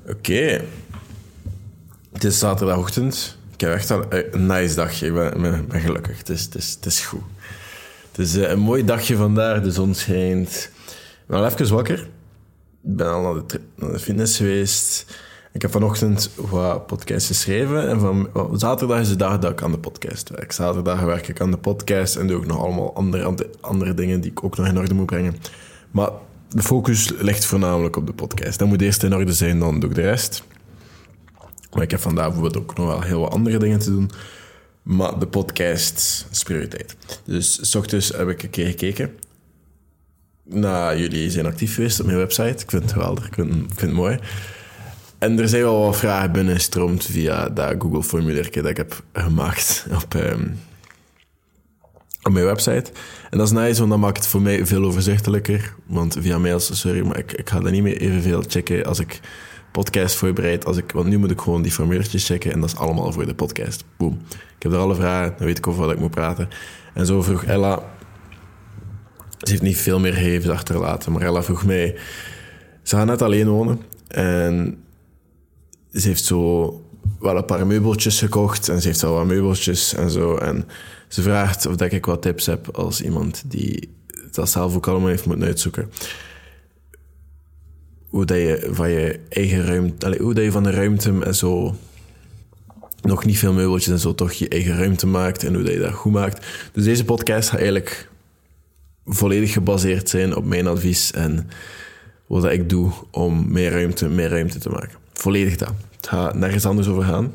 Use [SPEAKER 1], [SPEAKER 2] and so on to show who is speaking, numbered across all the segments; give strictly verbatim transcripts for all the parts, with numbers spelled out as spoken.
[SPEAKER 1] Oké. Okay. Het is zaterdagochtend. Ik heb echt een nice dagje. Ik ben, ben, ben gelukkig. Het is, het, is, het is goed. Het is een mooi dagje vandaag. De zon schijnt. Ik ben al even wakker. Ik ben al naar de, naar de fitness geweest. Ik heb vanochtend wat podcasts geschreven. En van, zaterdag is de dag dat ik aan de podcast werk. Zaterdag werk ik aan de podcast en doe ik nog allemaal andere, andere dingen die ik ook nog in orde moet brengen. Maar de focus ligt voornamelijk op de podcast. Dat moet eerst in orde zijn, dan doe ik de rest. Maar ik heb vandaag bijvoorbeeld ook nog wel heel wat andere dingen te doen. Maar de podcast is prioriteit. Dus 's ochtends heb ik een keer gekeken. Nou, jullie zijn actief geweest op mijn website. Ik vind het geweldig. Ik vind, ik vind het mooi. En er zijn wel wat vragen binnenstroomd via dat Google-formulier dat ik heb gemaakt op, um, op mijn website. En dat is nice, want dat maakt het voor mij veel overzichtelijker. Want via mails, sorry, maar ik, ik ga dat niet meer evenveel checken als ik podcast voorbereid. Als ik, want nu moet ik gewoon die formuliertjes checken en dat is allemaal voor de podcast. Boom. Ik heb er alle vragen, dan weet ik over wat ik moet praten. En zo vroeg Ella... Ze heeft niet veel meer gegevens achterlaten, maar Ella vroeg mij... Ze gaat net alleen wonen en... Ze heeft zo wel een paar meubeltjes gekocht en ze heeft wel wat meubeltjes en zo. En ze vraagt of dat ik wat tips heb als iemand die dat zelf ook allemaal heeft moeten uitzoeken. Hoe dat je van je eigen ruimte, allez, hoe dat je van de ruimte en zo nog niet veel meubeltjes en zo toch je eigen ruimte maakt en hoe dat je dat goed maakt. Dus deze podcast gaat eigenlijk volledig gebaseerd zijn op mijn advies en wat dat ik doe om meer ruimte, meer ruimte te maken. Volledig dat. Het gaat nergens anders over gaan.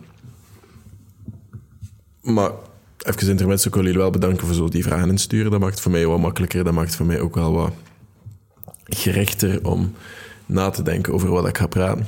[SPEAKER 1] Maar even intermezzo, ik wil jullie wel bedanken voor zo die vragen insturen. Dat maakt het voor mij wat makkelijker. Dat maakt het voor mij ook wel wat gerichter om na te denken over wat ik ga praten.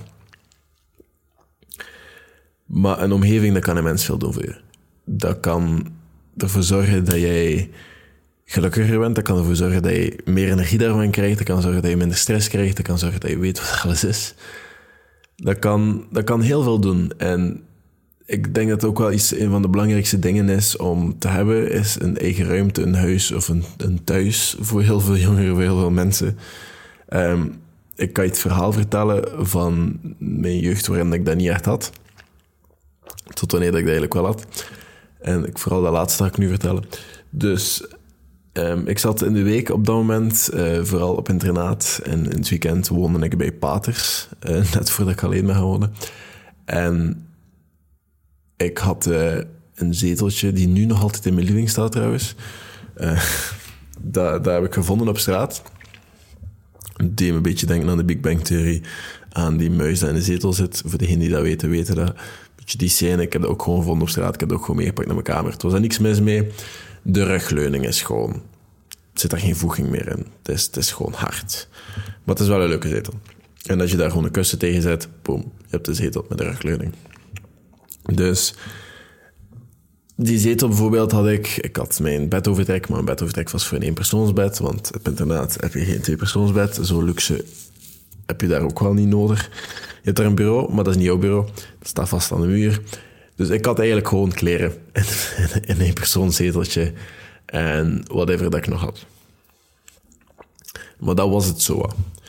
[SPEAKER 1] Maar een omgeving, dat kan een mens veel doen voor je. Dat kan ervoor zorgen dat jij gelukkiger bent. Dat kan ervoor zorgen dat je meer energie daarvan krijgt. Dat kan zorgen dat je minder stress krijgt. Dat kan zorgen dat je weet wat alles is. Dat kan, dat kan heel veel doen. En ik denk dat het ook wel iets, een van de belangrijkste dingen is om te hebben, is een eigen ruimte, een huis of een, een thuis voor heel veel jongeren, voor heel veel mensen. Um, ik kan je het verhaal vertellen van mijn jeugd waarin ik dat niet echt had. Tot wanneer dat ik dat eigenlijk wel had. En ik, vooral dat laatste ga ik nu vertellen. Dus um, ik zat in de week op dat moment, uh, vooral op internaat. En in het weekend woonde ik bij paters, uh, net voordat ik alleen ben gaan wonen. En ik had uh, een zeteltje, die nu nog altijd in mijn living staat trouwens. Uh, dat, dat heb ik gevonden op straat. Het deed me een beetje denken aan de Big Bang Theorie. Aan die muis die in de zetel zit. Voor degenen die dat weten, weten dat. Een beetje die scène. Ik heb dat ook gewoon gevonden op straat. Ik heb dat ook gewoon meegepakt naar mijn kamer. Er was daar niks mis mee. De rugleuning is gewoon... Er zit daar geen voeging meer in. Het is, het is gewoon hard. Maar het is wel een leuke zetel. En als je daar gewoon een kussen tegen zet, boom, je hebt de zetel met de rugleuning. Dus die zetel bijvoorbeeld had ik... Ik had mijn bedovertrek, maar mijn bedovertrek was voor een eenpersoonsbed, want op internaat heb je geen tweepersoonsbed. Zo luxe heb je daar ook wel niet nodig. Je hebt daar een bureau, maar dat is niet jouw bureau. Dat staat vast aan de muur. Dus ik had eigenlijk gewoon kleren in, in een persoonszeteltje en whatever dat ik nog had. Maar dat was het zo.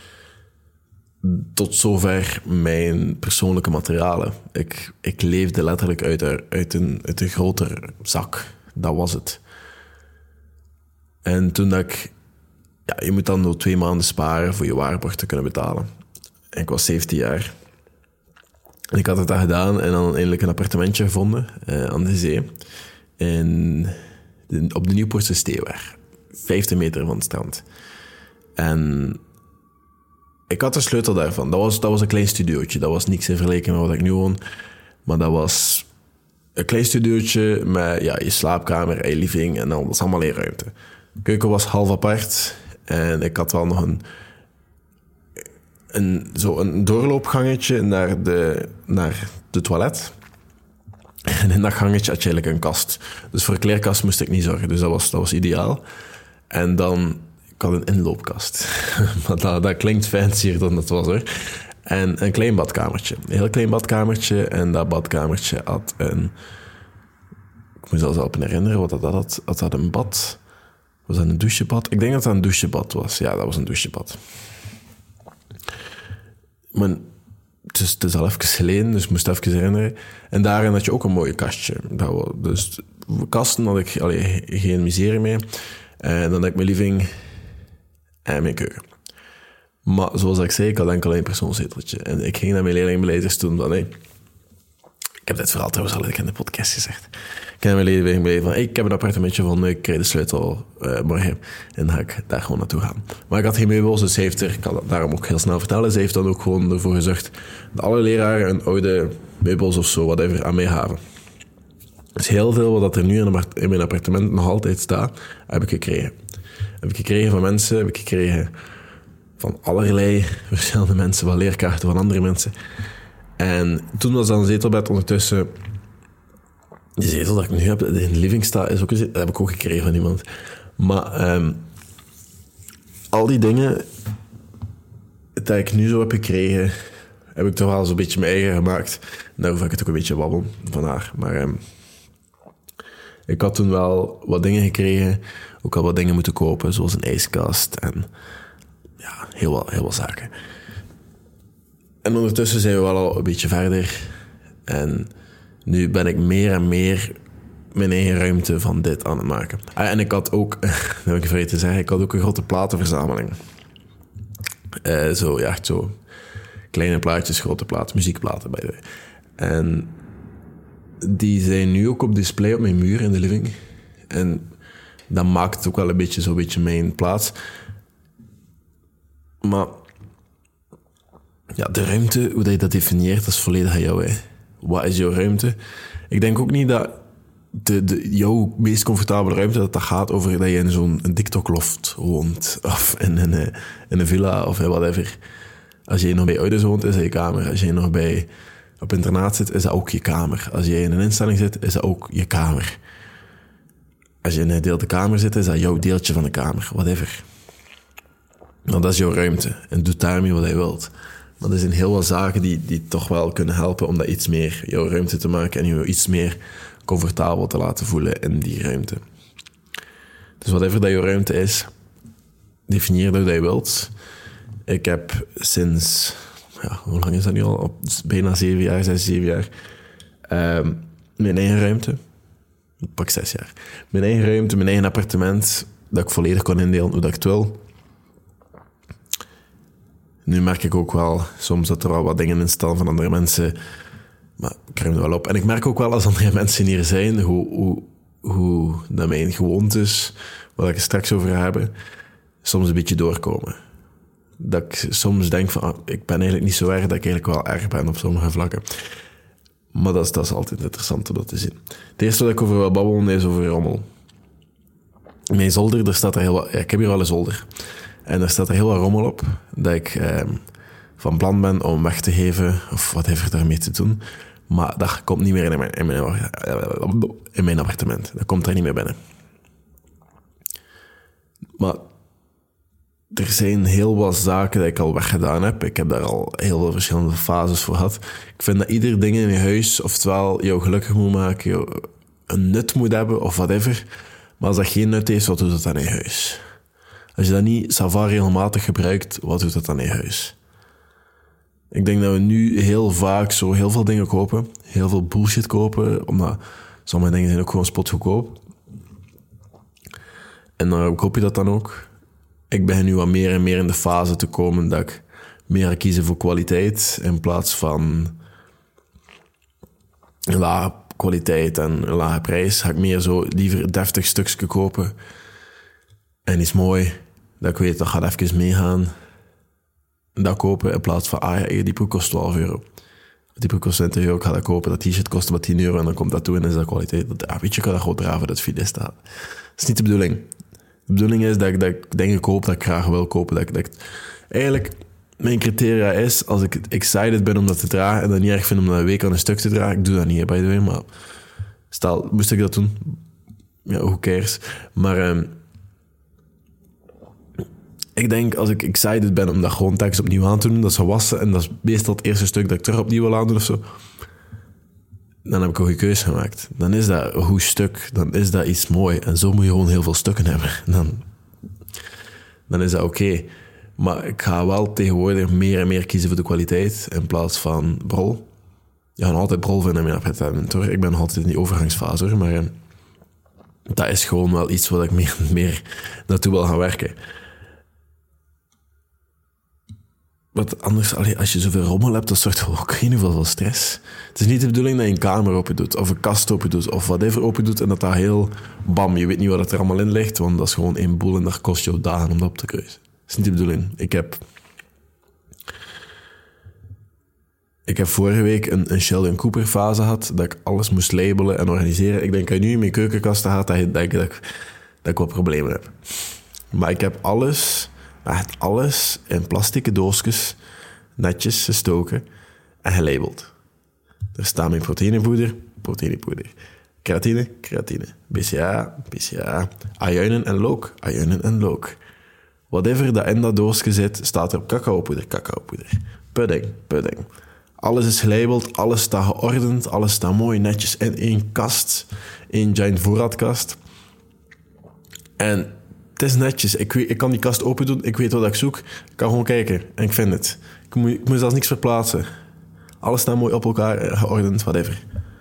[SPEAKER 1] Tot zover mijn persoonlijke materialen. Ik, ik leefde letterlijk uit, uit, een, uit een groter zak. Dat was het. En toen dat ik... Ja, je moet dan nog twee maanden sparen voor je waarborg te kunnen betalen. En ik was zeventien jaar. En ik had het dan gedaan en dan eindelijk een appartementje gevonden uh, aan de zee. In, de, op de Nieuwpoortse Steewaar. vijftien meter van het strand. En... Ik had de sleutel daarvan. Dat was, dat was een klein studiootje. Dat was niks in vergelijking met wat ik nu woon. Maar dat was een klein studiootje met ja, je slaapkamer, je living en dan was allemaal één ruimte. De keuken was half apart. En ik had wel nog een, een, zo een doorloopgangetje naar de, naar de toilet. En in dat gangetje had je eigenlijk een kast. Dus voor een kleerkast moest ik niet zorgen. Dus dat was, dat was ideaal. En dan... Ik had een inloopkast. Maar dat, dat klinkt fancier dan dat was, hoor. En een klein badkamertje. Een heel klein badkamertje. En dat badkamertje had een... Ik moet zelfs op herinneren wat dat had. Had dat een bad? Was dat een douchebad? Ik denk dat dat een douchebad was. Ja, dat was een douchebad. Maar het is, het is al even geleden, dus ik moest even herinneren. En daarin had je ook een mooi kastje. Dat was, dus kasten had ik allee, geen miserie mee. En dan had ik mijn living en mijn keuken. Maar zoals ik zei, ik had enkel één persoonszeteltje. En ik ging naar mijn leerlingbeleiders toen van... Hey, ik heb dit verhaal trouwens al in de podcast gezegd. Ik heb naar mijn leerlingbeleiders van... Hey, ik heb een appartementje gevonden, ik krijg de sleutel uh, morgen. En dan ga ik daar gewoon naartoe gaan. Maar ik had geen meubels, dus ze heeft er... Ik kan dat daarom ook heel snel vertellen. Ze heeft dan ook gewoon ervoor gezorgd... dat alle leraren een oude meubels of zo, whatever, aan mij gaven. Dus heel veel wat er nu in mijn appartement nog altijd staat, heb ik gekregen. Heb ik gekregen van mensen, heb ik gekregen... van allerlei verschillende mensen, van leerkrachten van andere mensen. En toen was dan een zetelbed ondertussen... Die zetel dat ik nu heb, in de living staat, is ook een zetel, dat heb ik ook gekregen van iemand. Maar um, al die dingen dat ik nu zo heb gekregen, heb ik toch wel zo'n beetje mijn eigen gemaakt. En daarover heb ik het ook een beetje babbelen van haar. Maar um, ik had toen wel wat dingen gekregen, ook al wat dingen moeten kopen, zoals een ijskast en... Ja, heel wat, heel wat zaken. En ondertussen zijn we wel al een beetje verder. En nu ben ik meer en meer mijn eigen ruimte van dit aan het maken. Ah, en ik had ook, dat heb ik vergeten te zeggen, ik had ook een grote platenverzameling. Uh, zo, ja, echt zo. Kleine plaatjes, grote platen, muziekplaten, by the way. En die zijn nu ook op display op mijn muur in de living. En dat maakt het ook wel een beetje zo'n beetje mijn plaats. Maar ja, de ruimte, hoe je dat definieert, dat is volledig aan jou. Hè. Wat is jouw ruimte? Ik denk ook niet dat de, de, jouw meest comfortabele ruimte, dat dat gaat over dat je in zo'n TikTok-loft woont. Of in, in, in, in een villa of whatever. Als je nog bij ouders woont, is dat je kamer. Als je nog bij, op internaat zit, is dat ook je kamer. Als je in een instelling zit, is dat ook je kamer. Als je in een gedeelde kamer zit, is dat jouw deeltje van de kamer. Whatever. Nou, dat is jouw ruimte. En doe daarmee wat je wilt. Maar er zijn heel wat zaken die, die toch wel kunnen helpen om dat iets meer jouw ruimte te maken en je iets meer comfortabel te laten voelen in die ruimte. Dus whatever dat jouw ruimte is, definieer dat je wilt. Ik heb sinds, ja, hoe lang is dat nu al? Op bijna zeven jaar, zes, zeven jaar, um, mijn eigen ruimte. Pak zes jaar. Mijn eigen ruimte, mijn eigen appartement, dat ik volledig kon indelen hoe dat ik het wil. Nu merk ik ook wel soms dat er wel wat dingen in staan van andere mensen. Maar ik ruim er wel op. En ik merk ook wel als andere mensen hier zijn, hoe, hoe, hoe dat mijn gewoontes, waar ik het straks over ga hebben, soms een beetje doorkomen. Dat ik soms denk van, ah, ik ben eigenlijk niet zo erg, dat ik eigenlijk wel erg ben op sommige vlakken. Maar dat is, dat is altijd interessant om dat te zien. Het eerste wat ik over wil babbelen is over rommel. Mijn zolder, daar staat er heel wat... Ja, ik heb hier wel een zolder. En er staat er heel wat rommel op, dat ik eh, van plan ben om weg te geven, of wat heeft er daarmee te doen. Maar dat komt niet meer in mijn, in mijn, in mijn appartement. Dat komt daar niet meer binnen. Maar er zijn heel wat zaken die ik al weggedaan heb. Ik heb daar al heel veel verschillende fases voor gehad. Ik vind dat ieder ding in je huis, oftewel jou gelukkig moet maken, jou een nut moet hebben, of whatever. Maar als dat geen nut heeft, wat doet dat dan in je huis? Als je dat niet Sava regelmatig gebruikt, wat doet dat dan in je huis? Ik denk dat we nu heel vaak zo heel veel dingen kopen. Heel veel bullshit kopen, omdat sommige dingen zijn ook gewoon spotgoedkoop. En dan koop je dat dan ook. Ik begin nu wat meer en meer in de fase te komen dat ik meer ga kiezen voor kwaliteit in plaats van een lage kwaliteit en een lage prijs. Ga ik meer zo liever een deftig stukje kopen en iets mooi, dat ik weet dat gaat even meegaan. Dat kopen in plaats van, ah ja, die broek kost twaalf euro. Die broek kost twintig euro, ik ga dat kopen. Dat t-shirt kost maar tien euro en dan komt dat toe en is dat kwaliteit. Dat, ah, weet je, ik kan dat gewoon draven dat het file staat. Dat is niet de bedoeling. De bedoeling is dat ik, dat ik dingen koop dat ik graag wil kopen. Dat ik, dat ik, eigenlijk, mijn criteria is, als ik excited ben om dat te dragen en dat niet erg vind om dat een week aan een stuk te dragen, ik doe dat niet, by the way, maar stel, moest ik dat doen? Ja, who cares? Maar um, ik denk, als ik excited ben om dat gewoon telkens opnieuw aan te doen, dat ze wassen, en dat is meestal het eerste stuk dat ik terug opnieuw wil aandoen of zo, dan heb ik een goede keuze gemaakt. Dan is dat een goed stuk, dan is dat iets mooi. En zo moet je gewoon heel veel stukken hebben. Dan, dan is dat oké. Okay. Maar ik ga wel tegenwoordig meer en meer kiezen voor de kwaliteit in plaats van brol. Je gaat altijd brol vinden in mijn appartement, hoor. Ik ben nog altijd in die overgangsfase, hoor. Maar uh, dat is gewoon wel iets wat ik meer en meer naartoe wil gaan werken. Want anders, allee, als je zoveel rommel hebt, dat zorgt ook geen ieder geval van stress. Het is niet de bedoeling dat je een kamer open doet, of een kast open doet, of whatever open doet, en dat dat heel bam, je weet niet wat er allemaal in ligt, want dat is gewoon één boel en dat kost jou dagen om dat op te kruisen. Dat is niet de bedoeling. Ik heb... Ik heb vorige week een, een Sheldon Cooper fase gehad, dat ik alles moest labelen en organiseren. Ik denk dat je nu in mijn keukenkasten gaat, dat, je, dat, ik, dat, ik, dat ik wat problemen heb. Maar ik heb alles, echt alles, in plastieke doosjes netjes gestoken en gelabeld. Er staat mijn proteïnepoeder, proteïnepoeder. Creatine, creatine. B C A, B C A. Ajuinen en look, ajuinen en look. Whatever dat in dat doosje zit, staat er op cacaopoeder, cacaopoeder. Pudding, pudding. Alles is gelabeld, alles staat geordend, alles staat mooi netjes in één kast. Één giant voorraadkast. En het is netjes. Ik, weet, ik kan die kast open doen, ik weet wat ik zoek. Ik kan gewoon kijken en ik vind het. Ik moet, ik moet zelfs niks verplaatsen. Alles staat mooi op elkaar geordend, whatever.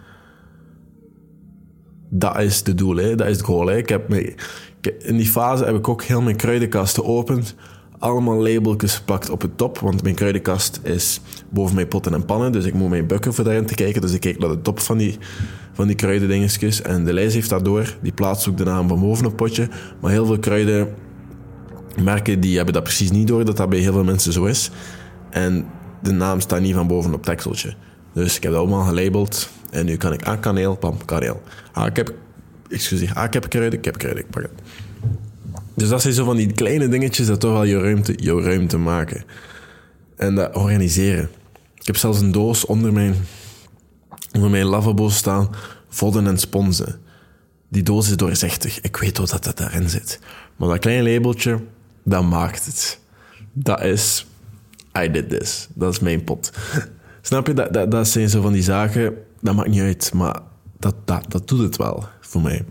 [SPEAKER 1] Dat is de doel, hè. Dat is het goal. Hè. Ik heb me, in die fase heb ik ook heel mijn kruidenkast geopend. Allemaal labeltjes geplakt op het top, want mijn kruidenkast is boven mijn potten en pannen, dus ik moet mijn bukken voor daarin te kijken. Dus ik kijk naar de top van die, van die kruidendingetjes en de lijst heeft dat door. Die plaatst ook de naam van boven op het potje. Maar heel veel kruidenmerken die hebben dat precies niet door, dat dat bij heel veel mensen zo is. En de naam staat niet van boven op het tekseltje. Dus ik heb dat allemaal gelabeld en nu kan ik aan kaneel, pam, kaneel. Ah, ik heb, excuseer, ah, ik heb kruiden, ik heb kruiden, ik pak het. Dus dat zijn zo van die kleine dingetjes dat toch wel je ruimte, jouw ruimte maken. En dat organiseren. Ik heb zelfs een doos onder mijn, onder mijn lavabo staan, vodden en sponsen. Die doos is doorzichtig. Ik weet wat dat, dat daarin zit. Maar dat kleine labeltje, dat maakt het. Dat is... I did this. Dat is mijn pot. Snap je? Dat, dat, dat zijn zo van die zaken, dat maakt niet uit. Maar dat, dat, dat doet het wel, voor mij.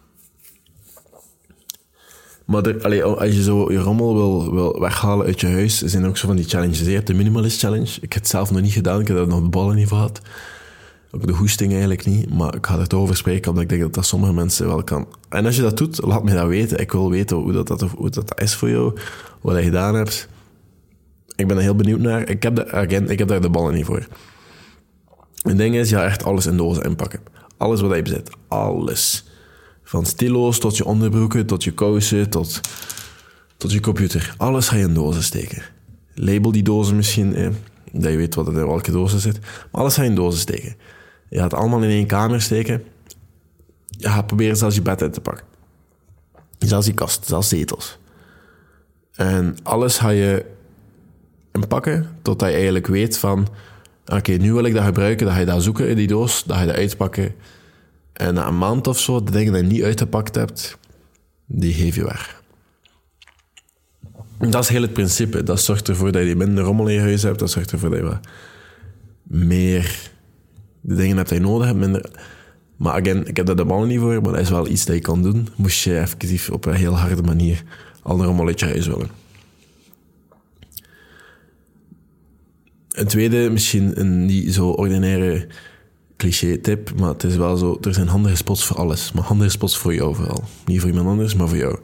[SPEAKER 1] Maar er, allee, als je zo je rommel wil, wil weghalen uit je huis, zijn er ook zo van die challenges. Je hebt de Minimalist Challenge. Ik heb het zelf nog niet gedaan. Ik heb er nog de ballen niet voor gehad. Ook de hoesting eigenlijk niet. Maar ik ga er toch over spreken, omdat ik denk dat dat sommige mensen wel kan. En als je dat doet, laat me dat weten. Ik wil weten hoe dat, dat, hoe dat is voor jou. Wat je gedaan hebt. Ik ben er heel benieuwd naar. Ik heb, de, again, ik heb daar de ballen niet voor. Het ding is, je gaat echt alles in dozen inpakken. Alles wat je bezit. Alles. Van stilo's tot je onderbroeken, tot je kousen, tot, tot je computer. Alles ga je in dozen steken. Label die dozen misschien, eh, dat je weet wat er in welke dozen zit. Maar alles ga je in dozen steken. Je gaat het allemaal in één kamer steken. Je gaat proberen zelfs je bed in te pakken. Zelfs je kast, zelfs zetels. En alles ga je inpakken totdat je eigenlijk weet van... Oké, okay, nu wil ik dat gebruiken, dan ga je dat zoeken in die doos, dan ga je dat uitpakken... En na een maand of zo, de dingen die je niet uitgepakt hebt, die geef je weg. En dat is heel het principe. Dat zorgt ervoor dat je minder rommel in je huis hebt. Dat zorgt ervoor dat je wat meer de dingen hebt die je nodig hebt. Minder. Maar again, ik heb daar de ballen niet voor, maar dat is wel iets dat je kan doen. Moest je effectief op een heel harde manier al de rommel uit je huis willen. Een tweede, misschien een niet zo ordinaire... cliché-tip, maar het is wel zo... Er zijn handige spots voor alles. Maar handige spots voor jou vooral. Niet voor iemand anders, maar voor jou.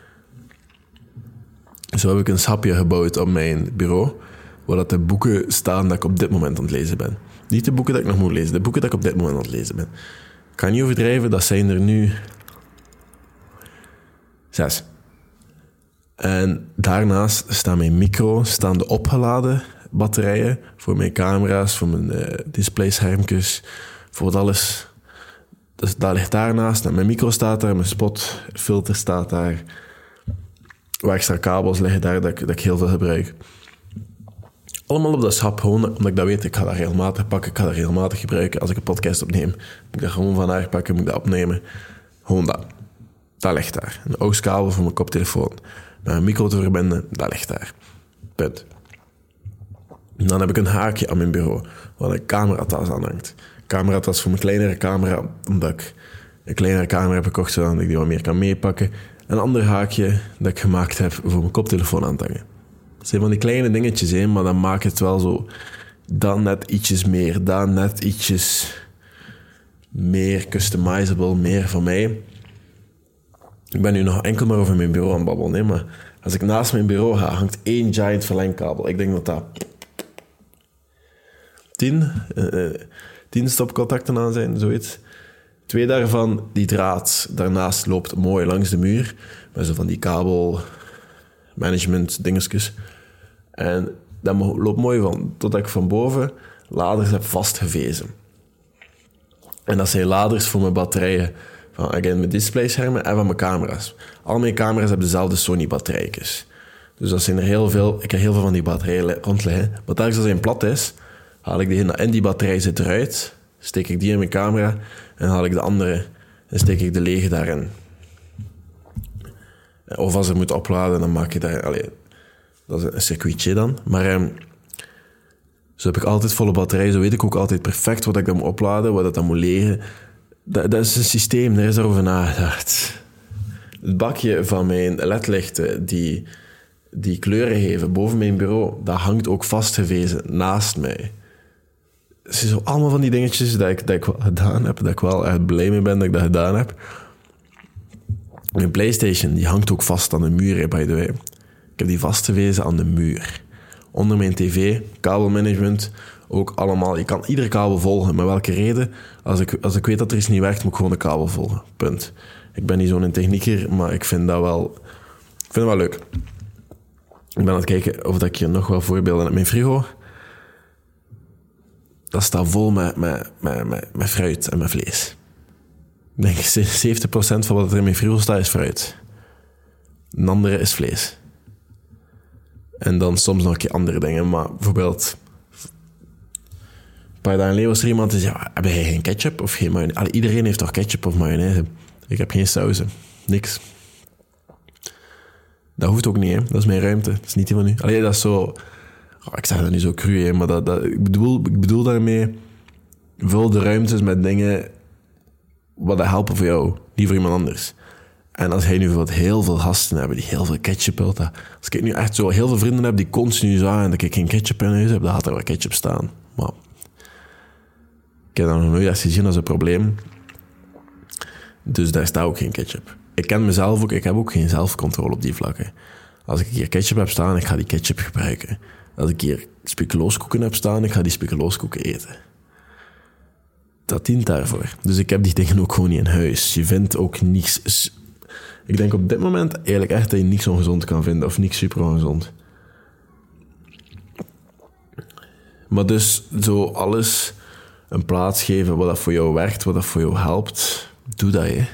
[SPEAKER 1] Zo heb ik een schapje gebouwd op mijn bureau, waar dat de boeken staan dat ik op dit moment aan het lezen ben. Niet de boeken dat ik nog moet lezen, de boeken dat ik op dit moment aan het lezen ben. Ik kan niet overdrijven, dat zijn er nu... Zes. En daarnaast staan mijn micro, staan de opgeladen batterijen voor mijn camera's, voor mijn uh, displayschermpjes, voor alles. Dus dat ligt daarnaast. En mijn micro staat daar, mijn spotfilter staat daar. Waar extra kabels liggen daar, dat ik, dat ik heel veel gebruik. Allemaal op dat schap, gewoon omdat ik dat weet. Ik ga dat regelmatig pakken, ik ga dat regelmatig gebruiken. Als ik een podcast opneem, moet ik dat gewoon van daar pakken, moet ik dat opnemen. Gewoon dat. Dat ligt daar. Een A U X-kabel voor mijn koptelefoon. Met een micro te verbinden, dat ligt daar. Punt. En dan heb ik een haakje aan mijn bureau, waar een cameratas aan hangt. Cameratas voor mijn kleinere camera, omdat ik een kleinere camera heb gekocht, zodat ik die wat meer kan meepakken. Een ander haakje dat ik gemaakt heb voor mijn koptelefoon aan te hangen. Het zijn van die kleine dingetjes, hè, maar dan maakt het wel zo... Dan net ietsjes meer, dan net ietsjes meer customizable, meer van mij. Ik ben nu nog enkel maar over mijn bureau aan het babbelen, hè, maar als ik naast mijn bureau ga, hangt één giant verlengkabel. Ik denk dat dat tien, uh, tien stopcontacten aan zijn, zoiets. Twee daarvan, die draad daarnaast loopt mooi langs de muur, met zo van die kabelmanagement dingetjes. En dat loopt mooi van, totdat ik van boven laders heb vastgevezen. En dat zijn laders voor mijn batterijen, van again, mijn displayschermen en van mijn camera's. Al mijn camera's hebben dezelfde Sony batterijtjes. Dus dat zijn er heel veel, ik heb heel veel van die batterijen rond liggen. Maar telkens als hij plat is, haal ik die in die batterij zit eruit, steek ik die in mijn camera en haal ik de andere en steek ik de lege daarin. Of als ik moet opladen, dan maak je daar... Allez, dat is een circuitje dan. Maar eh, zo heb ik altijd volle batterij. Zo weet ik ook altijd perfect wat ik dan moet opladen, wat dat dan moet legen. Dat, dat is een systeem, daar is erover nagedacht. Het bakje van mijn ledlichten die, die kleuren geven boven mijn bureau, dat hangt ook vastgevezen naast mij. Het zijn zo allemaal van die dingetjes dat ik, dat ik wel gedaan heb, dat ik wel echt blij mee ben dat ik dat gedaan heb. Mijn PlayStation, die hangt ook vast aan de muur, by the way. Ik heb die vastgewezen aan de muur. Onder mijn tv, kabelmanagement, ook allemaal. Je kan iedere kabel volgen. Met welke reden? Als ik, als ik weet dat er iets niet werkt, moet ik gewoon de kabel volgen. Punt. Ik ben niet zo'n technieker, maar ik vind dat wel, ik vind dat wel leuk. Ik ben aan het kijken of ik je nog wel voorbeelden heb. Mijn frigo, dat staat vol met, met, met, met, met fruit en met vlees. Ik denk zeventig procent van wat er in mijn frigo staat is fruit. Een andere is vlees. En dan soms nog een keer andere dingen. Maar bijvoorbeeld... Een paar dagen geleden was er iemand die zei... Ja, heb jij geen ketchup of geen mayonaise? Allee, iedereen heeft toch ketchup of mayonaise? Ik heb geen sauzen. Niks. Dat hoeft ook niet, hè. Dat is mijn ruimte. Dat is niet die van u. Allee, dat is zo... Oh, ik zeg dat nu zo cru, hè. Maar dat, dat, ik, bedoel, ik bedoel daarmee... Vul de ruimtes met dingen... wat dat helpen voor jou. Niet voor iemand anders. En als hij nu bijvoorbeeld heel veel gasten hebben die heel veel ketchup wilt, als ik nu echt zo heel veel vrienden heb die continu zagen dat ik geen ketchup in huis heb, dan had er wel ketchup staan. Maar ik heb dat nog nooit eens gezien als een probleem. Dus daar staat ook geen ketchup. Ik ken mezelf ook, ik heb ook geen zelfcontrole op die vlakken. Als ik hier ketchup heb staan, ik ga die ketchup gebruiken. Als ik hier speculooskoeken heb staan, ik ga die speculooskoeken eten. Dat dient daarvoor. Dus ik heb die dingen ook gewoon niet in huis. Je vindt ook niets... Ik denk op dit moment eigenlijk echt dat je niks ongezond kan vinden. Of niks super ongezond. Maar dus zo alles een plaats geven wat dat voor jou werkt, wat dat voor jou helpt. Doe dat, hè.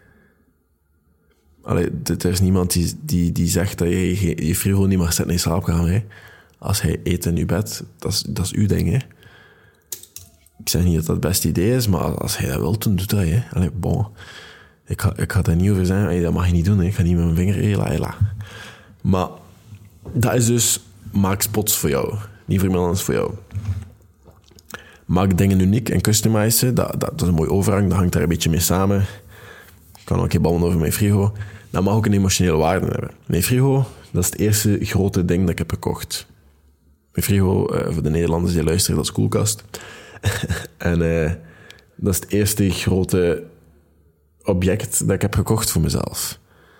[SPEAKER 1] Allee, er is niemand die, die, die zegt dat je je, je frigo niet mag zetten in je slaapkamer, hè. Als hij eet in je bed, dat is, dat is uw ding, hè. Ik zeg niet dat dat het beste idee is, maar als hij dat wil, dan doet hij, hè. Allee, bon... Ik ga, ik ga daar niet over zeggen, hey, dat mag je niet doen, hè. Ik ga niet met mijn vinger, hela, hela. Maar dat is dus, maak spots voor jou. Niet voor iemand anders, voor jou. Maak dingen uniek en customizen, dat, dat, dat is een mooi overhang, dat hangt daar een beetje mee samen. Ik kan ook een keer babbelen over mijn frigo. Dat mag ook een emotionele waarde hebben. Mijn frigo, dat is het eerste grote ding dat ik heb gekocht. Mijn frigo, uh, voor de Nederlanders die luisteren, dat is koelkast. en uh, dat is het eerste grote... object dat ik heb gekocht voor mezelf.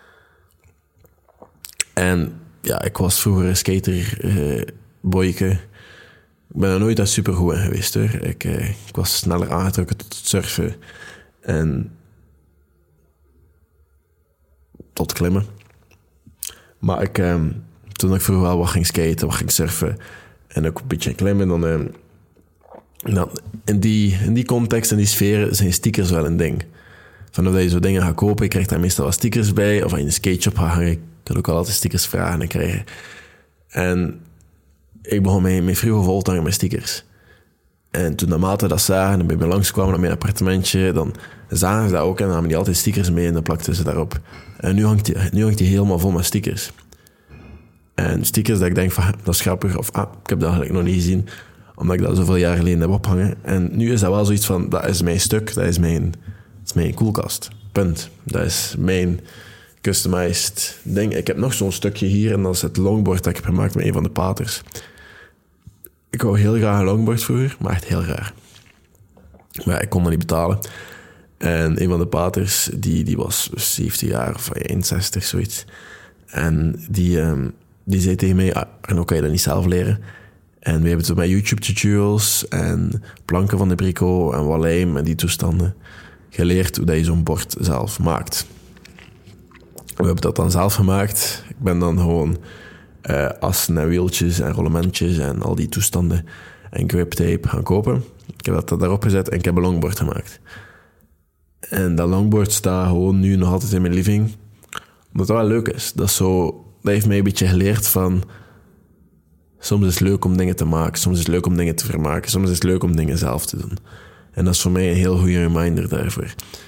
[SPEAKER 1] En ja, ik was vroeger een skater, uh, boyke. Ik ben er nooit daar super goed in geweest, hoor. Ik, uh, ik was sneller aangetrokken tot het surfen en tot klimmen. Maar ik, um, toen ik vroeger wel wat ging skaten, wat ging surfen en ook een beetje klimmen, dan, um, dan in, die, in die context, in die sferen, zijn stickers wel een ding. Vanaf dat je zo dingen gaat kopen, je krijgt daar meestal wat stickers bij. Of als je een skateshop gaat hangen, kan ook altijd stickers vragen en krijgen. En ik begon mijn, mijn frigo vol te hangen met stickers. En toen de maten dat zagen en bij me langskwamen naar mijn appartementje, dan zagen ze dat ook en dan namen die altijd stickers mee en dan plakten ze daarop. En nu hangt die, nu hangt die helemaal vol met stickers. En stickers dat ik denk van, dat is grappig, of ah, ik heb dat eigenlijk nog niet gezien, omdat ik dat zoveel jaar geleden heb ophangen. En nu is dat wel zoiets van, dat is mijn stuk, dat is mijn... Dat is mijn koelkast. Punt. Dat is mijn customized ding. Ik heb nog zo'n stukje hier en dat is het longboard dat ik heb gemaakt met een van de paters. Ik wou heel graag een longboard vroeger, maar echt heel graag. Maar ja, ik kon dat niet betalen. En een van de paters, die, die was zeventig jaar of eenenzestig, zoiets. En die, um, die zei tegen mij, ah, Arno, kan je dat niet zelf leren? En we hebben zo met YouTube-tutorials en planken van de brico en wat lijm en die toestanden geleerd hoe dat je zo'n bord zelf maakt. We hebben dat dan zelf gemaakt. Ik ben dan gewoon uh, assen en wieltjes en rollementjes en al die toestanden en grip tape gaan kopen. Ik heb dat daarop gezet en ik heb een longboard gemaakt. En dat longboard staat gewoon nu nog altijd in mijn living. Omdat het wel leuk is. Dat, is zo, dat heeft mij een beetje geleerd van... Soms is het leuk om dingen te maken. Soms is het leuk om dingen te vermaken. Soms is het leuk om dingen zelf te doen. En dat is voor mij een heel goede reminder daarvoor.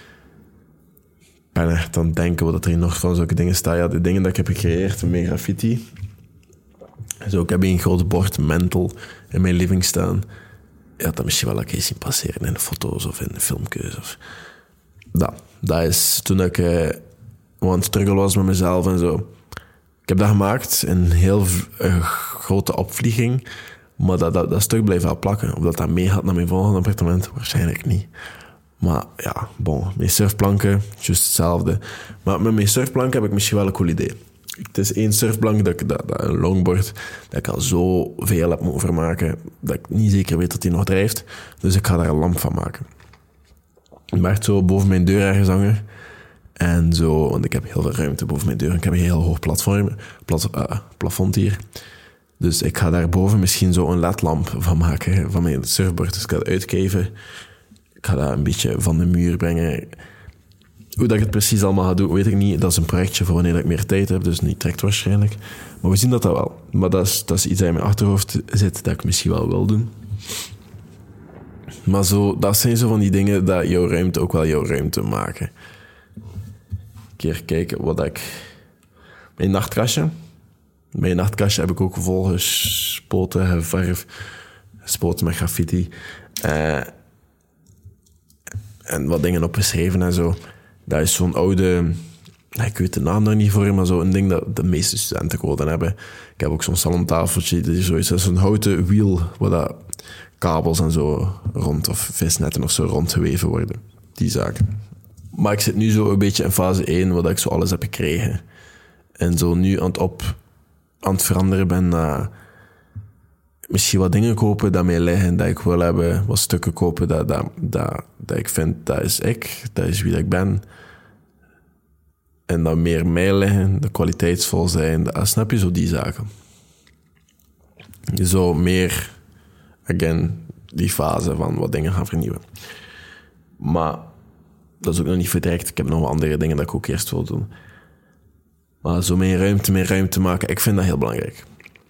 [SPEAKER 1] Ik ben echt aan het denken wat er hier nog van zulke dingen staat. Ja, de dingen dat ik heb gecreëerd met graffiti. Zo, ik heb een groot bord mental in mijn living staan. Je had dat misschien wel een keer zien passeren in de foto's of in de filmpjes. Of... Dat, dat is toen ik uh, aan het struggle was met mezelf en zo. Ik heb dat gemaakt, een heel uh, grote opvlieging. Maar dat, dat, dat stuk bleef wel plakken. Of dat dat mee had naar mijn volgende appartement, waarschijnlijk niet. Maar ja, bon, mijn surfplanken, juist hetzelfde. Maar met mijn surfplanken heb ik misschien wel een cool idee. Het is één surfplank, dat, dat, dat, een longboard, dat ik al zo veel heb moeten vermaken, dat ik niet zeker weet dat die nog drijft. Dus ik ga daar een lamp van maken. Ik ben echt zo boven mijn deur ergens hangen. En zo, want ik heb heel veel ruimte boven mijn deur. Ik heb een heel hoog platform, plat, uh, plafond hier. Dus ik ga daarboven misschien zo een ledlamp van maken, van mijn surfboard. Dus ik ga het uitkeven. Ik ga dat een beetje van de muur brengen. Hoe dat ik het precies allemaal ga doen, weet ik niet. Dat is een projectje voor wanneer ik meer tijd heb, dus niet direct waarschijnlijk. Maar we zien dat dat wel. Maar dat is, dat is iets dat in mijn achterhoofd zit, dat ik misschien wel wil doen. Maar zo, dat zijn zo van die dingen dat jouw ruimte ook wel jouw ruimte maken. Een keer kijken wat ik... Mijn nachtkastje. Mijn nachtkastje heb ik ook vol gespoten, geverf, gespoten met graffiti. Uh, en wat dingen opgeschreven en zo. Dat is zo'n oude... Ik weet de naam nog niet voor, maar zo'n ding dat de meeste studenten gewoon hebben. Ik heb ook zo'n salontafeltje. Dat is zoiets, dat is een houten wiel waar dat kabels en zo rond, of visnetten of zo rondgeweven worden. Die zaken. Maar ik zit nu zo een beetje in fase één, waar ik zo alles heb gekregen. En zo nu aan het, op, aan het veranderen ben naar misschien wat dingen kopen dat mij liggen, dat ik wil hebben. Wat stukken kopen dat, dat, dat, dat ik vind, dat is ik. Dat is wie dat ik ben. En dat meer mij liggen, dat kwaliteitsvol zijn. Dat, snap je, zo die zaken. Zo meer, again, die fase van wat dingen gaan vernieuwen. Maar dat is ook nog niet voor direct. Ik heb nog wat andere dingen dat ik ook eerst wil doen. Maar zo meer ruimte, meer ruimte maken, ik vind dat heel belangrijk.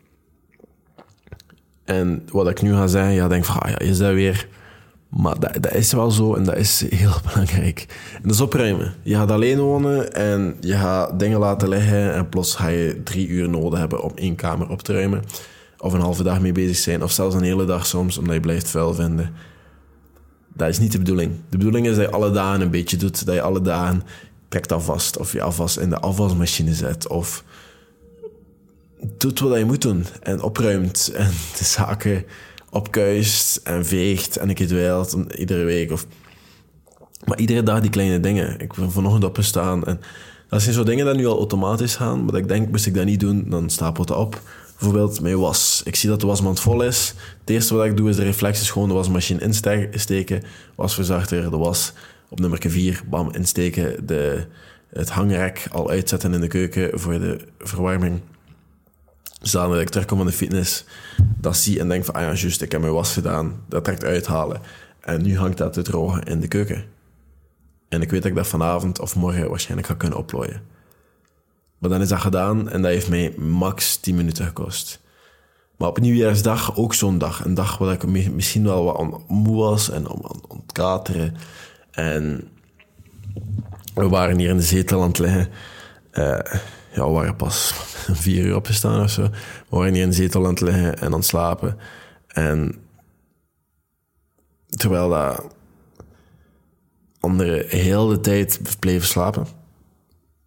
[SPEAKER 1] En wat ik nu ga zeggen, ja, denk van, ah ja, is dat weer... Maar dat, dat is wel zo en dat is heel belangrijk. En dat is opruimen. Je gaat alleen wonen en je gaat dingen laten liggen en plots ga je drie uur nodig hebben om één kamer op te ruimen. Of een halve dag mee bezig zijn, of zelfs een hele dag soms, omdat je blijft vuil vinden. Dat is niet de bedoeling. De bedoeling is dat je alle dagen een beetje doet, dat je alle dagen trekt afvast, of je afwas in de afwasmachine zet, of doet wat je moet doen en opruimt en de zaken opkuist en veegt en ik het wel iedere week. Of... Maar iedere dag die kleine dingen. Ik ben vanochtend opgestaan en dat zijn zo dingen die nu al automatisch gaan, maar ik denk, moest ik dat niet doen, dan stapelt het op. Bijvoorbeeld mijn was. Ik zie dat de wasmand vol is. Het eerste wat ik doe is de reflex is gewoon de wasmachine insteken, wasverzachter, de was op nummer vier, bam, insteken, de, het hangrek al uitzetten in de keuken voor de verwarming. Zodat dat ik terugkom van de fitness, dat zie en denk van, ah ja, juist, ik heb mijn was gedaan, dat direct uithalen. En nu hangt dat te drogen in de keuken. En ik weet dat ik dat vanavond of morgen waarschijnlijk ga kunnen oplooien. Maar dan is dat gedaan en dat heeft mij max tien minuten gekost. Maar op nieuwjaarsdag ook zo'n dag. Een dag waar ik misschien wel wat moe was en om aan het kateren. En we waren hier in de zetel aan het liggen. Uh, ja, we waren pas vier uur opgestaan of zo. We waren hier in de zetel aan het liggen en aan het slapen. En terwijl dat anderen heel de tijd bleven slapen.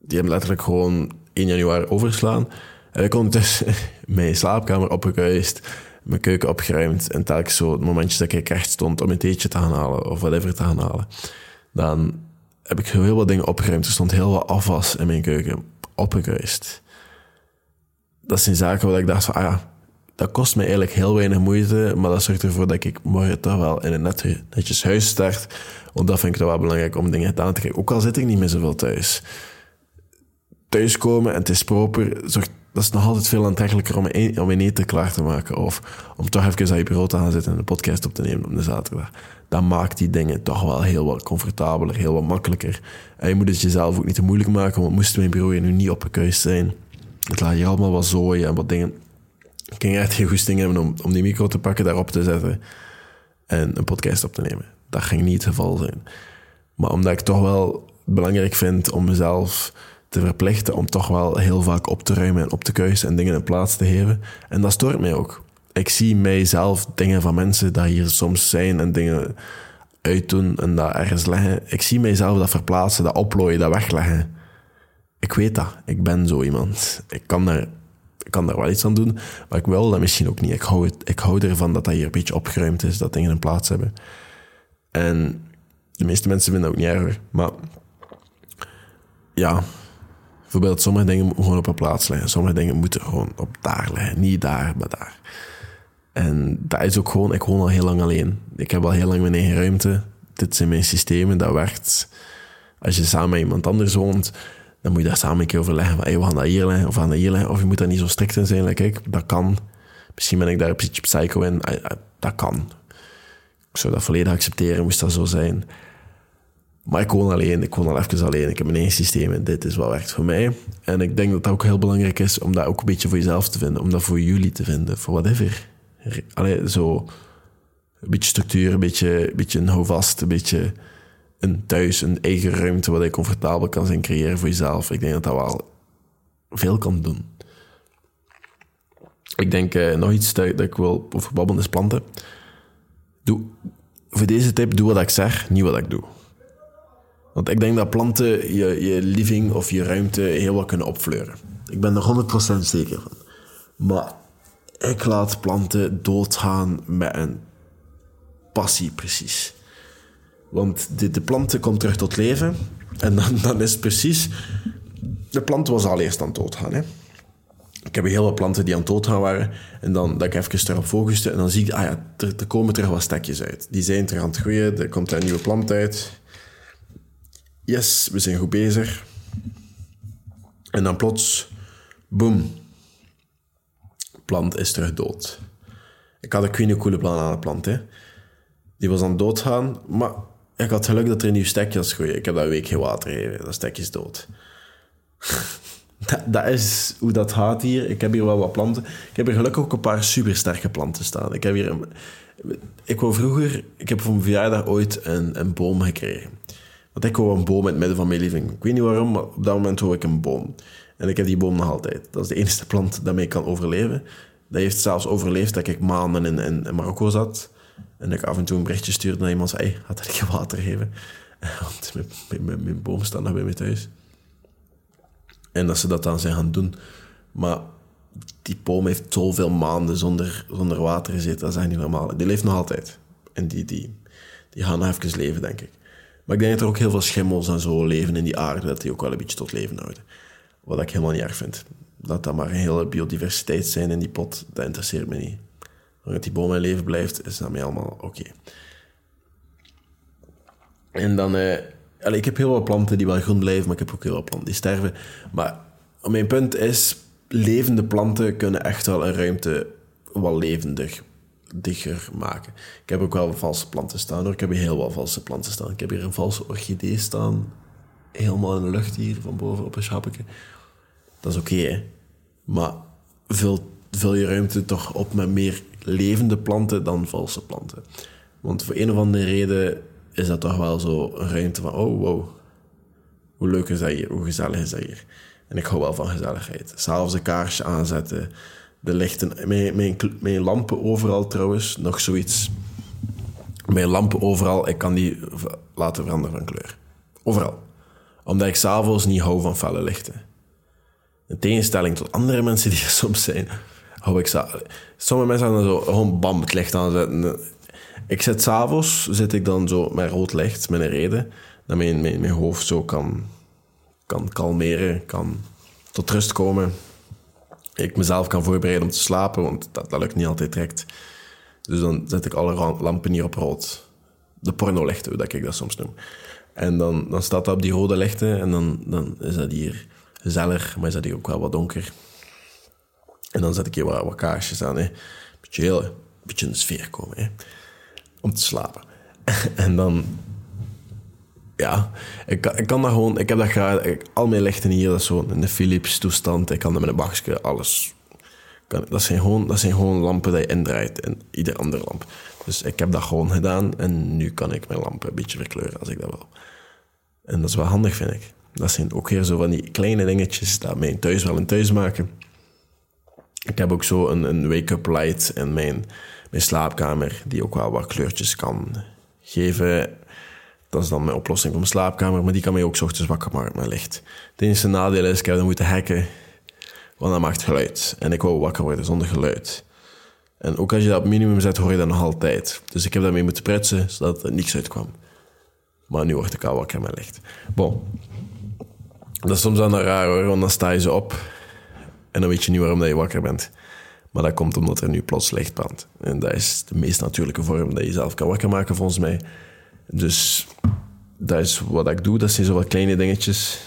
[SPEAKER 1] Die hebben letterlijk gewoon één januari overslaan. En ik kon dus mijn slaapkamer opgekuist, mijn keuken opgeruimd en telkens zo het momentje dat ik recht stond om een theetje te gaan halen of whatever te gaan halen. Dan heb ik heel wat dingen opgeruimd. Er stond heel wat afwas in mijn keuken opgekuist. Dat zijn zaken waar ik dacht van, ah ja, dat kost me eigenlijk heel weinig moeite, maar dat zorgt ervoor dat ik morgen toch wel in een net, netjes huis start. Want dat vind ik toch wel belangrijk om dingen aan te krijgen. Ook al zit ik niet meer zoveel thuis. Thuiskomen en het is proper, zorgt, dat is nog altijd veel aantrekkelijker om een, om een eten klaar te maken. Of om toch even aan je bureau te gaan zitten en een podcast op te nemen op de zaterdag. Dat maakt die dingen toch wel heel wat comfortabeler, heel wat makkelijker. En je moet het jezelf ook niet te moeilijk maken, want moest mijn bureau hier nu niet opgekuist zijn. Het laat hier allemaal wat zooi en wat dingen. Ik ging echt geen goesting hebben om, om die micro te pakken, daarop te zetten en een podcast op te nemen. Dat ging niet het geval zijn. Maar omdat ik toch wel belangrijk vind om mezelf te verplichten om toch wel heel vaak op te ruimen en op te kuisen en dingen in plaats te geven. En dat stoort mij ook. Ik zie mijzelf dingen van mensen dat hier soms zijn en dingen uitdoen en dat ergens leggen. Ik zie mijzelf dat verplaatsen, dat oplooien, dat wegleggen. Ik weet dat. Ik ben zo iemand. Ik kan daar, ik kan daar wel iets aan doen, maar ik wil dat misschien ook niet. Ik hou, het, ik hou ervan dat dat hier een beetje opgeruimd is, dat dingen een plaats hebben. En de meeste mensen vinden dat ook niet erg. Maar ja, bijvoorbeeld sommige dingen moeten gewoon op een plaats liggen. Sommige dingen moeten gewoon op daar liggen. Niet daar, maar daar. En dat is ook gewoon, ik woon al heel lang alleen. Ik heb al heel lang mijn eigen ruimte. Dit zijn mijn systemen, dat werkt. Als je samen met iemand anders woont, dan moet je daar samen een keer overleggen van, hey, we gaan dat hier leggen, of we gaan dat hier leggen. Of je moet daar niet zo strikt in zijn, like ik. Dat kan. Misschien ben ik daar een beetje psycho in. Dat kan. Ik zou dat volledig accepteren, moest dat zo zijn. Maar ik woon alleen, ik woon al even alleen. Ik heb mijn eigen systeem en dit is wat werkt voor mij. En ik denk dat dat ook heel belangrijk is om dat ook een beetje voor jezelf te vinden. Om dat voor jullie te vinden, voor whatever. Allee, zo een beetje structuur, een beetje, een beetje een houvast, een beetje een thuis, een eigen ruimte waar je comfortabel kan zijn creëren voor jezelf. Ik denk dat dat wel veel kan doen. Ik denk uh, nog iets dat, dat ik wil over babbelen is planten. Doe, voor deze tip, doe wat ik zeg, niet wat ik doe. Want ik denk dat planten je, je living of je ruimte heel wat kunnen opfleuren. Ik ben er honderd procent zeker van. Maar ik laat planten doodgaan met een passie, precies. Want de, de planten komt terug tot leven. En dan, dan is het precies... De plant was al eerst aan het doodgaan, hè. Ik heb heel wat planten die aan het doodgaan waren. En dan dat ik even erop focuste. En dan zie ik, ah ja, er, er komen terug wat stekjes uit. Die zijn terug aan het groeien. Er komt een nieuwe plant uit. Yes, we zijn goed bezig. En dan plots, boom. Plant is terug dood. Ik had een quinocoole plan aan de plant, hè. Die was aan het doodgaan, maar ik had geluk dat er een nieuw stekje was groeien. Ik heb dat een week geen water gegeven. Dat stekje is dood. dat, dat is hoe dat gaat hier. Ik heb hier wel wat planten. Ik heb hier gelukkig ook een paar supersterke planten staan. Ik heb hier een... Ik wou vroeger... Ik heb voor mijn verjaardag ooit een, een boom gekregen. Want ik wou een boom in het midden van mijn living. Ik weet niet waarom, maar op dat moment wou ik een boom. En ik heb die boom nog altijd. Dat is de enige plant dat mij kan overleven. Dat heeft zelfs overleefd dat ik maanden in, in, in Marokko zat. En dat ik af en toe een berichtje stuurde naar iemand. Zei, hey, had ik je water geven? Want mijn, mijn, mijn, mijn boom staat nog bij mij thuis. En dat ze dat dan zijn gaan doen. Maar die boom heeft zoveel maanden zonder, zonder water gezeten. Dat is echt niet normaal. Die leeft nog altijd. En die, die, die gaan nog even leven, denk ik. Maar ik denk dat er ook heel veel schimmels en zo leven in die aarde, dat die ook wel een beetje tot leven houden. Wat ik helemaal niet erg vind. Dat dat maar een hele biodiversiteit zijn in die pot, dat interesseert me niet. Zolang die boom in leven blijft, is dat mij allemaal oké. Okay. En dan... Eh, allez, ik heb heel wat planten die wel groen blijven, maar ik heb ook heel wat planten die sterven. Maar mijn punt is, levende planten kunnen echt wel een ruimte wat levendig dichter maken. Ik heb ook wel valse planten staan, hoor. Ik heb hier heel wat valse planten staan. Ik heb hier een valse orchidee staan. Helemaal in de lucht hier, van boven op een schappetje. Dat is oké, okay, hè. Maar vul, vul je ruimte toch op met meer levende planten dan valse planten. Want voor een of andere reden is dat toch wel zo een ruimte van, oh, wow. Hoe leuk is dat hier? Hoe gezellig is dat hier? En ik hou wel van gezelligheid. 'S Avonds een kaarsje aanzetten. De lichten... Mijn, mijn, mijn lampen overal trouwens, nog zoiets. Mijn lampen overal, ik kan die laten veranderen van kleur. Overal. Omdat ik s'avonds niet hou van felle lichten. In tegenstelling tot andere mensen die er soms zijn, hou ik s'avonds... Sommige mensen gaan dan zo gewoon bam het licht aanzetten. Ik zit s'avonds, zit ik dan zo met rood licht, met een reden, dat mijn, mijn, mijn hoofd zo kan, kan kalmeren, kan tot rust komen. Ik mezelf kan voorbereiden om te slapen, want dat, dat lukt niet altijd direct. Dus dan zet ik alle lampen hier op rood. De pornolichten, hoe dat ik dat soms noem. En dan, dan staat dat op die rode lichten en dan, dan is dat hier gezellig, maar is dat hier ook wel wat donker. En dan zet ik hier wat, wat kaarsjes aan, hè. Beetje heel, een beetje in de sfeer komen, hè. Om te slapen. En dan... Ja, ik, ik kan dat gewoon... Ik heb dat graag... Ik, al mijn lichten hier, dat is zo in de Philips toestand. Ik kan dat met een bakje, alles... Kan, dat, zijn gewoon, dat zijn gewoon lampen die je indraait in ieder andere lamp. Dus ik heb dat gewoon gedaan en nu kan ik mijn lampen een beetje verkleuren als ik dat wil. En dat is wel handig, vind ik. Dat zijn ook weer zo van die kleine dingetjes dat mijn thuis wel een thuis maken. Ik heb ook zo een, een wake-up light in mijn, mijn slaapkamer die ook wel wat kleurtjes kan geven. Dat is dan mijn oplossing voor mijn slaapkamer, maar die kan mij ook 's ochtends wakker maken met licht. Het enige nadeel is, ik heb dat moeten hacken, want dat maakt geluid. En ik wou wakker worden zonder geluid. En ook als je dat op minimum zet, hoor je dat nog altijd. Dus ik heb daarmee moeten prutsen, zodat er niks uitkwam. Maar nu word ik al wakker met licht. Bon. Dat is soms dan raar hoor, want dan sta je zo op en dan weet je niet waarom dat je wakker bent. Maar dat komt omdat er nu plots licht brandt. En dat is de meest natuurlijke vorm dat je zelf kan wakker maken, volgens mij. Dus dat is wat ik doe. Dat zijn zo wat kleine dingetjes.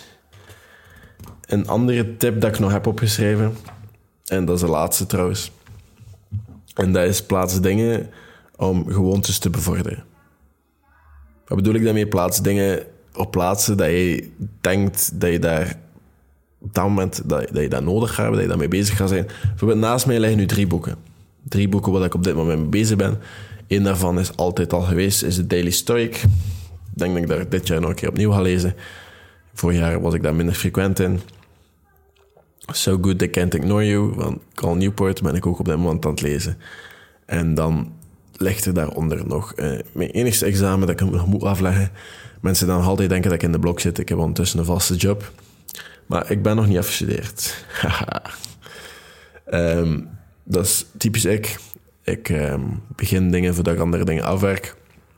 [SPEAKER 1] Een andere tip dat ik nog heb opgeschreven, en dat is de laatste trouwens, en dat is plaats dingen om gewoontes te bevorderen. Wat bedoel ik daarmee? Plaats dingen op plaatsen dat je denkt dat je daar op dat moment dat, dat je dat nodig gaat, dat je daarmee bezig gaat zijn. Bijvoorbeeld naast mij liggen nu drie boeken. Drie boeken waar ik op dit moment mee bezig ben. Eén daarvan is altijd al geweest, is de Daily Stoic. Ik denk dat ik daar dit jaar nog een keer opnieuw ga lezen. Vorig jaar was ik daar minder frequent in. So Good They Can't Ignore You van Cal Newport ben ik ook op dit moment aan het lezen. En dan ligt er daaronder nog uh, mijn enigste examen dat ik nog moet afleggen. Mensen dan altijd denken dat ik in de blok zit. Ik heb ondertussen een vaste job. Maar ik ben nog niet afgestudeerd. um, dat is typisch ik. Ik um, begin dingen voordat ik andere dingen afwerk.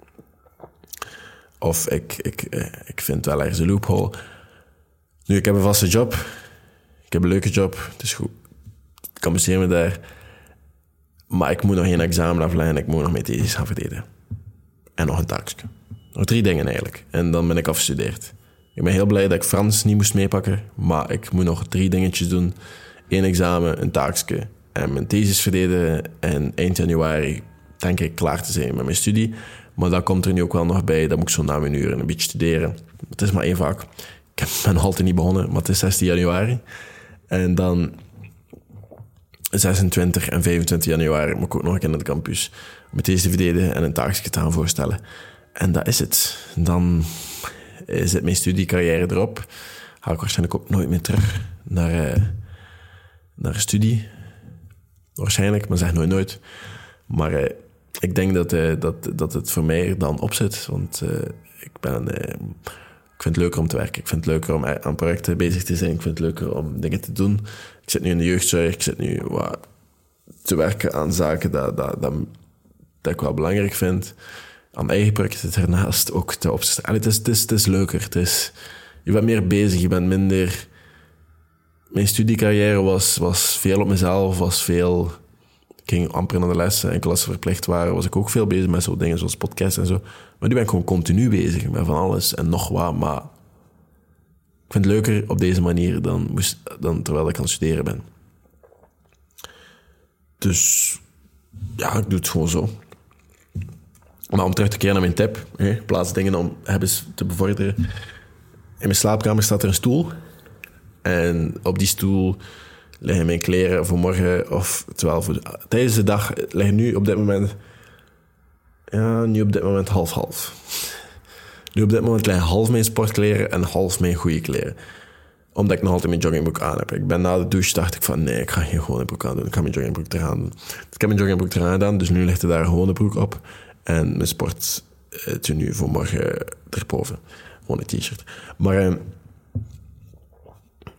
[SPEAKER 1] Of ik, ik, uh, ik vind wel ergens een loophole. Nu, ik heb een vaste job. Ik heb een leuke job. Het is goed. Ik amuseer me daar. Maar ik moet nog geen examen afleggen. Ik moet nog mijn thesis gaan verdedigen. En nog een taakje. Nog drie dingen eigenlijk. En dan ben ik afgestudeerd. Ik ben heel blij dat ik Frans niet moest meepakken. Maar ik moet nog drie dingetjes doen. Eén examen, een taakje en mijn thesis verdedigen. En eind januari denk ik klaar te zijn met mijn studie. Maar dat komt er nu ook wel nog bij. Dat moet ik zo na mijn uren een beetje studeren. Het is maar één vak. Ik ben nog altijd niet begonnen, maar het is zestien januari. En dan zesentwintig en vijfentwintig januari moet ik ook nog een keer naar de campus. Mijn thesis te verdedigen en een taakje te gaan voorstellen. En dat is het. Dan is het mijn studiecarrière erop. Ga ik waarschijnlijk ook nooit meer terug naar, uh, naar studie. Waarschijnlijk, maar zeg nooit nooit. Maar uh, ik denk dat, uh, dat, dat het voor mij er dan op zit. Want uh, ik ben... Uh, ik vind het leuker om te werken. Ik vind het leuker om aan projecten bezig te zijn. Ik vind het leuker om dingen te doen. Ik zit nu in de jeugdzorg. Ik zit nu wat te werken aan zaken dat, dat, dat, dat ik wel belangrijk vind. Aan eigen projecten ernaast ook te opzetten. Het is, het, is, het is leuker. Het is, je bent meer bezig. Je bent minder... Mijn studiecarrière was, was veel op mezelf. Was veel... Ik ging amper naar de lessen. Enkel als ze verplicht waren, was ik ook veel bezig met zo'n dingen zoals podcasts en zo. Maar nu ben ik gewoon continu bezig met van alles en nog wat. Maar ik vind het leuker op deze manier dan, moest, dan terwijl ik aan het studeren ben. Dus ja, ik doe het gewoon zo. Maar om terug te keren naar mijn tip. Hè, plaats dingen om habits te bevorderen. In mijn slaapkamer staat er een stoel. En op die stoel liggen mijn kleren voor morgen. Of terwijl voor, tijdens de dag liggen nu op dit moment... Ja, nu op dit moment half-half. Nu op dit moment liggen half mijn sportkleren en half mijn goede kleren. Omdat ik nog altijd mijn joggingbroek aan heb. Ik ben na de douche dacht ik van nee, ik ga geen gewone broek aan doen. Ik ga mijn joggingbroek eraan doen. Ik heb mijn joggingbroek eraan gedaan, dus nu ligt er daar een gewone broek op. En mijn sporttenu voor morgen erboven. Gewoon een t-shirt. Maar... Uh,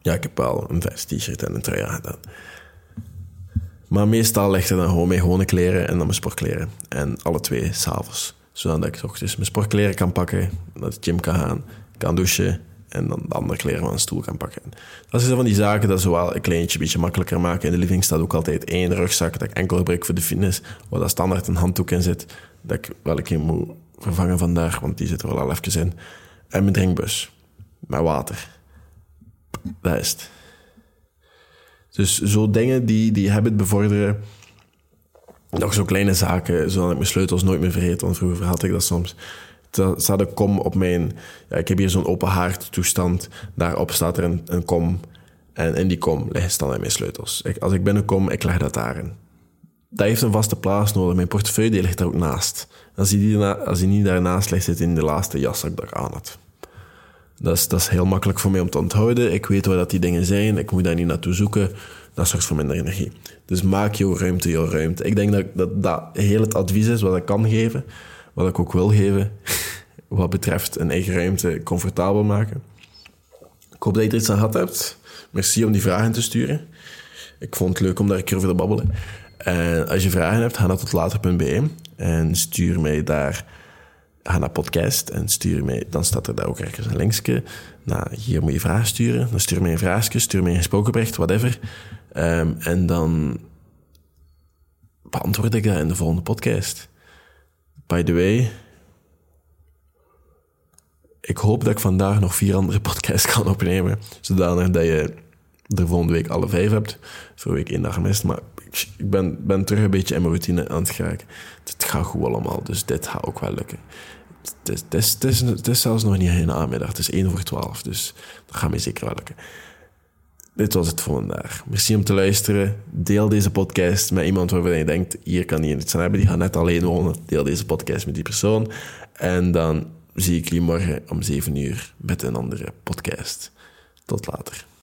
[SPEAKER 1] Ja, ik heb wel een vest, t-shirt en een trui aangedaan. Maar meestal ligt er dan gewoon mijn gewone kleren en dan mijn sportkleren. En alle twee s'avonds. Zodat ik 's ochtends mijn sportkleren kan pakken, naar de gym kan gaan, kan douchen en dan de andere kleren van een stoel kan pakken. Dat zijn van die zaken dat zowel een kleintje een beetje makkelijker maken. In de living staat ook altijd één rugzak dat ik enkel gebruik voor de fitness, waar dat standaard een handdoek in zit, dat ik wel een keer moet vervangen vandaag, want die zit er wel al even in. En mijn drinkbus, met water. Dat is het. Dus zo dingen die, die habit bevorderen. Nog zo kleine zaken, zodat ik mijn sleutels nooit meer vergeet, want vroeger had ik dat soms. Er staat een kom op mijn... Ja, ik heb hier zo'n open haardtoestand. Daarop staat er een, een kom. En in die kom liggen standaard mijn sleutels. Ik, als ik binnenkom, ik leg dat daarin. Dat heeft een vaste plaats nodig. Mijn portefeuille die ligt daar ook naast. Als die, die, als die niet daarnaast ligt, zit hij in de laatste jaszak dat ik aan had. Dat is, dat is heel makkelijk voor mij om te onthouden. Ik weet waar dat die dingen zijn. Ik moet daar niet naartoe zoeken. Dat zorgt voor minder energie. Dus maak jouw ruimte, jouw ruimte. Ik denk dat dat, dat heel het advies is wat ik kan geven. Wat ik ook wil geven. Wat betreft een eigen ruimte comfortabel maken. Ik hoop dat je er iets aan gehad hebt. Merci om die vragen te sturen. Ik vond het leuk om daar een keer over te babbelen. En als je vragen hebt, ga naar totlater punt be en stuur mij daar... Ga naar podcast en stuur mij... Dan staat er daar ook ergens een linkje. Nou, hier moet je vragen sturen. Dan stuur mij een vraagje, stuur mij een gesproken bericht, whatever. Um, en dan beantwoord ik dat in de volgende podcast. By the way... Ik hoop dat ik vandaag nog vier andere podcasts kan opnemen. Zodanig dat je de volgende week alle vijf hebt. Voor week één dag gemist. Maar ik ben, ben terug een beetje in mijn routine aan het geraken. Het gaat goed allemaal, dus dit gaat ook wel lukken. Het is, het is, het is, het is zelfs nog niet in de namiddag. Het is één voor twaalf, dus dat gaat mij zeker wel lukken. Dit was het voor vandaag. Merci om te luisteren. Deel deze podcast met iemand waarvan je denkt, hier kan die iets aan hebben. Die gaat net alleen wonen. Deel deze podcast met die persoon. En dan zie ik jullie morgen om zeven uur met een andere podcast. Tot later.